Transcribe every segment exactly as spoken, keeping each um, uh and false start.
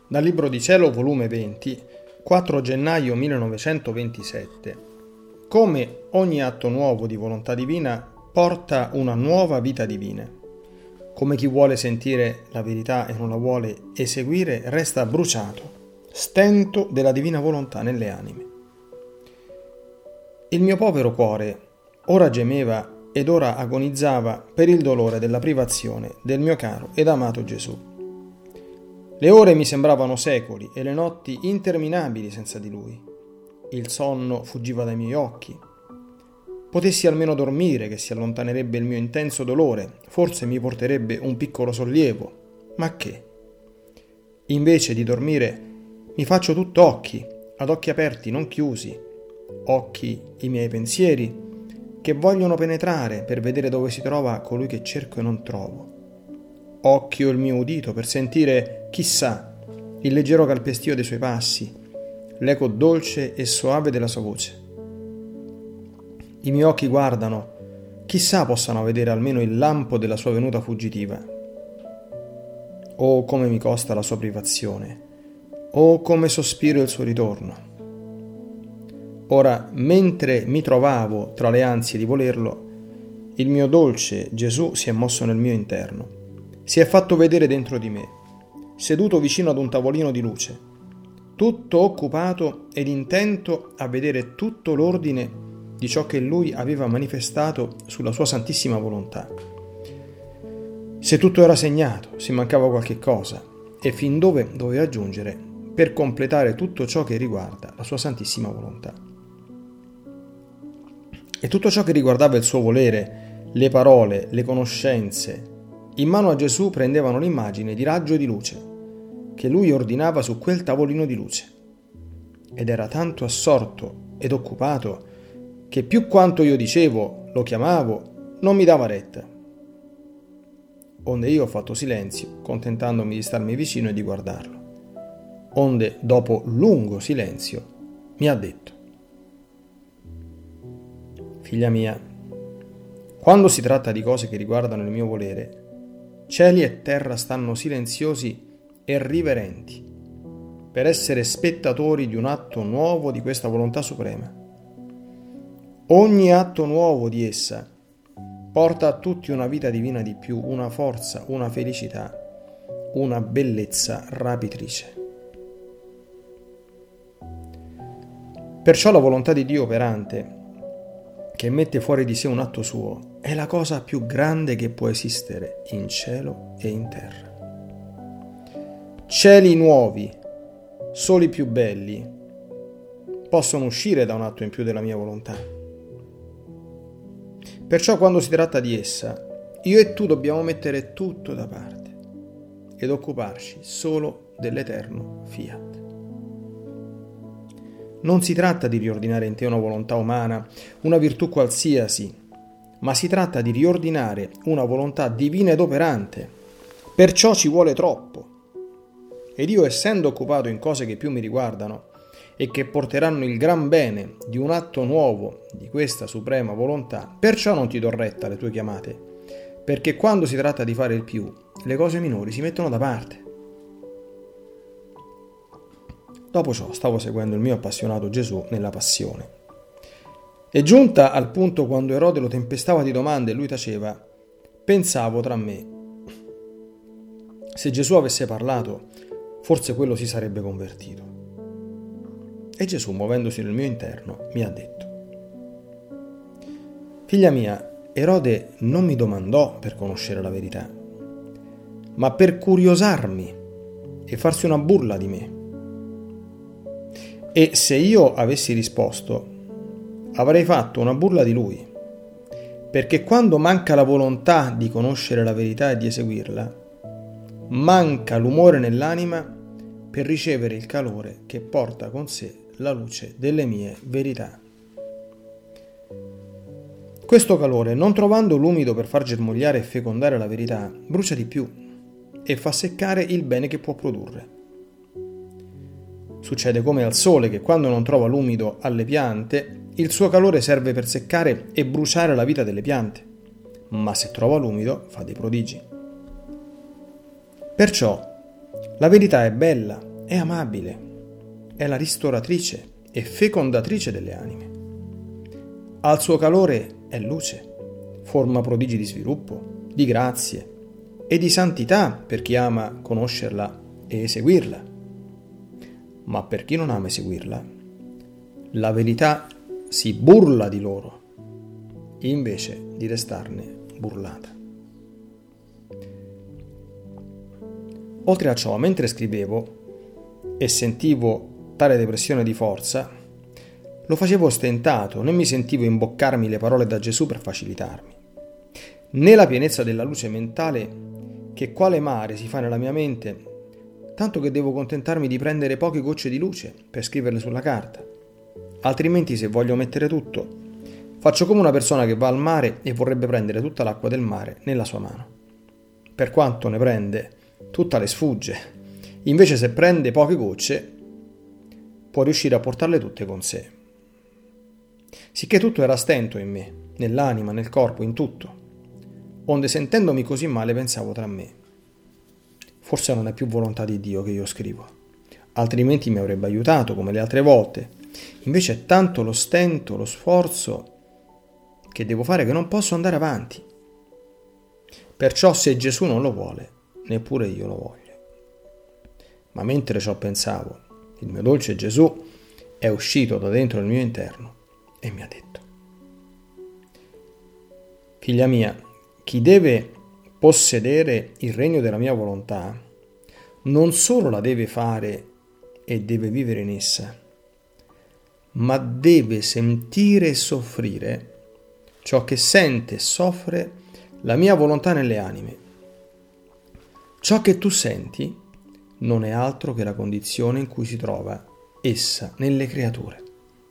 Dal Libro di Cielo, volume venti, quattro gennaio millenovecentoventisette. Come ogni atto nuovo di volontà divina porta una nuova vita divina. Come chi vuole sentire la verità e non la vuole eseguire resta bruciato, stento della divina volontà nelle anime. Il mio povero cuore ora gemeva ed ora agonizzava per il dolore della privazione del mio caro ed amato Gesù. Le ore mi sembravano secoli e le notti interminabili senza di lui. Il sonno fuggiva dai miei occhi. Potessi almeno dormire, che si allontanerebbe il mio intenso dolore, forse mi porterebbe un piccolo sollievo. Ma che? Invece di dormire mi faccio tutto occhi, ad occhi aperti, non chiusi. Occhi i miei pensieri, che vogliono penetrare per vedere dove si trova colui che cerco e non trovo. Occhio il mio udito per sentire, chissà, il leggero calpestio dei suoi passi, l'eco dolce e soave della sua voce. I miei occhi guardano, chissà possano vedere almeno il lampo della sua venuta fuggitiva. Oh, come mi costa la sua privazione! Oh, come sospiro il suo ritorno! Ora, mentre mi trovavo tra le ansie di volerlo, il mio dolce Gesù si è mosso nel mio interno. Si è fatto vedere dentro di me, seduto vicino ad un tavolino di luce, tutto occupato ed intento a vedere tutto l'ordine di ciò che lui aveva manifestato sulla sua santissima volontà. Se tutto era segnato, se mancava qualche cosa, e fin dove doveva giungere per completare tutto ciò che riguarda la sua santissima volontà. E tutto ciò che riguardava il suo volere, le parole, le conoscenze, in mano a Gesù prendevano l'immagine di raggio di luce che lui ordinava su quel tavolino di luce. Ed era tanto assorto ed occupato che più quanto io dicevo, lo chiamavo, non mi dava retta. Onde io ho fatto silenzio, contentandomi di starmi vicino e di guardarlo. Onde, dopo lungo silenzio, mi ha detto: figlia mia, quando si tratta di cose che riguardano il mio volere, cieli e terra stanno silenziosi e riverenti per essere spettatori di un atto nuovo di questa volontà suprema. Ogni atto nuovo di essa porta a tutti una vita divina di più, una forza, una felicità, una bellezza rapitrice. Perciò la volontà di Dio operante, che mette fuori di sé un atto suo, è la cosa più grande che può esistere in cielo e in terra. Cieli nuovi, soli più belli, possono uscire da un atto in più della mia volontà. Perciò quando si tratta di essa, io e tu dobbiamo mettere tutto da parte ed occuparci solo dell'eterno fiat. Non si tratta di riordinare in te una volontà umana, una virtù qualsiasi, ma si tratta di riordinare una volontà divina ed operante. Perciò ci vuole troppo. Ed io, essendo occupato in cose che più mi riguardano e che porteranno il gran bene di un atto nuovo di questa suprema volontà, perciò non ti do retta alle tue chiamate, perché quando si tratta di fare il più, le cose minori si mettono da parte. Dopo ciò stavo seguendo il mio appassionato Gesù nella passione. E giunta al punto quando Erode lo tempestava di domande e lui taceva, pensavo tra me: se Gesù avesse parlato, forse quello si sarebbe convertito. E Gesù, muovendosi nel mio interno, mi ha detto: figlia mia, Erode non mi domandò per conoscere la verità, ma per curiosarmi e farsi una burla di me. E se io avessi risposto, avrei fatto una burla di lui, perché quando manca la volontà di conoscere la verità e di eseguirla, manca l'umore nell'anima per ricevere il calore che porta con sé la luce delle mie verità. Questo calore, non trovando l'umido per far germogliare e fecondare la verità, brucia di più e fa seccare il bene che può produrre. Succede come al sole che quando non trova l'umido alle piante, il suo calore serve per seccare e bruciare la vita delle piante, ma se trova l'umido fa dei prodigi. Perciò la verità è bella, è amabile, è la ristoratrice e fecondatrice delle anime. Al suo calore è luce, forma prodigi di sviluppo, di grazie e di santità per chi ama conoscerla e eseguirla. Ma per chi non ama eseguirla, la verità si burla di loro, invece di restarne burlata. Oltre a ciò, mentre scrivevo e sentivo tale depressione di forza, lo facevo stentato, né mi sentivo imboccarmi le parole da Gesù per facilitarmi, né la pienezza della luce mentale che quale mare si fa nella mia mente, tanto che devo contentarmi di prendere poche gocce di luce per scriverle sulla carta. Altrimenti, se voglio mettere tutto, faccio come una persona che va al mare e vorrebbe prendere tutta l'acqua del mare nella sua mano. Per quanto ne prende, tutta le sfugge. Invece, se prende poche gocce, può riuscire a portarle tutte con sé. Sicché tutto era stento in me, nell'anima, nel corpo, in tutto. Onde, sentendomi così male, pensavo tra me: forse non è più volontà di Dio che io scrivo, altrimenti mi avrebbe aiutato come le altre volte. Invece è tanto lo stento, lo sforzo che devo fare che non posso andare avanti. Perciò, se Gesù non lo vuole, neppure io lo voglio. Ma mentre ciò pensavo, il mio dolce Gesù è uscito da dentro il mio interno e mi ha detto: figlia mia, chi deve possedere il regno della mia volontà non solo la deve fare e deve vivere in essa, ma deve sentire e soffrire ciò che sente e soffre la mia volontà nelle anime. Ciò che tu senti non è altro che la condizione in cui si trova essa nelle creature.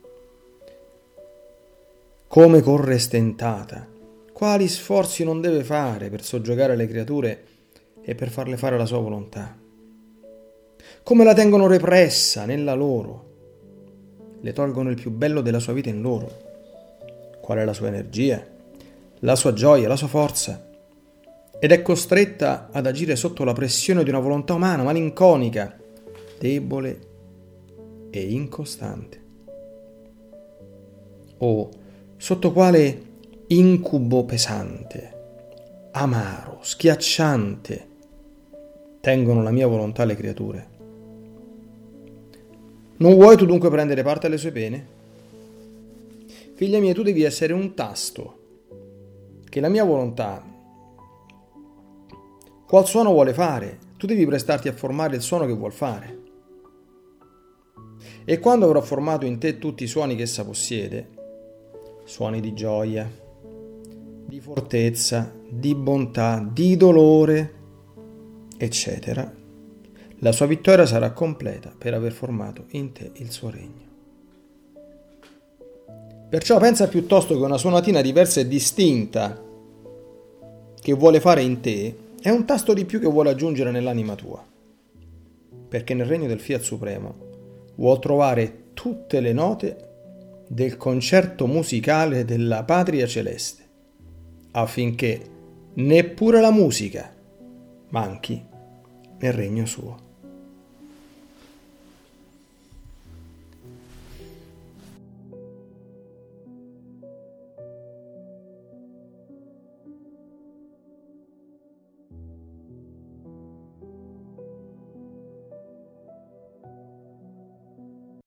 Come corre stentata, quali sforzi non deve fare per soggiogare le creature e per farle fare la sua volontà. Come la tengono repressa nella loro, le tolgono il più bello della sua vita in loro. Qual è la sua energia, la sua gioia, la sua forza? Ed è costretta ad agire sotto la pressione di una volontà umana malinconica, debole e incostante. O sotto quale incubo pesante, amaro, schiacciante tengono la mia volontà le creature. Non vuoi tu dunque prendere parte alle sue pene? Figlia mia, tu devi essere un tasto che la mia volontà, qual suono vuole fare, tu devi prestarti a formare il suono che vuol fare. E quando avrò formato in te tutti i suoni che essa possiede, suoni di gioia, di fortezza, di bontà, di dolore, eccetera, la sua vittoria sarà completa per aver formato in te il suo regno. Perciò pensa piuttosto che una suonatina diversa e distinta che vuole fare in te è un tasto di più che vuole aggiungere nell'anima tua, perché nel regno del Fiat Supremo vuol trovare tutte le note del concerto musicale della patria celeste, affinché neppure la musica manchi nel regno suo.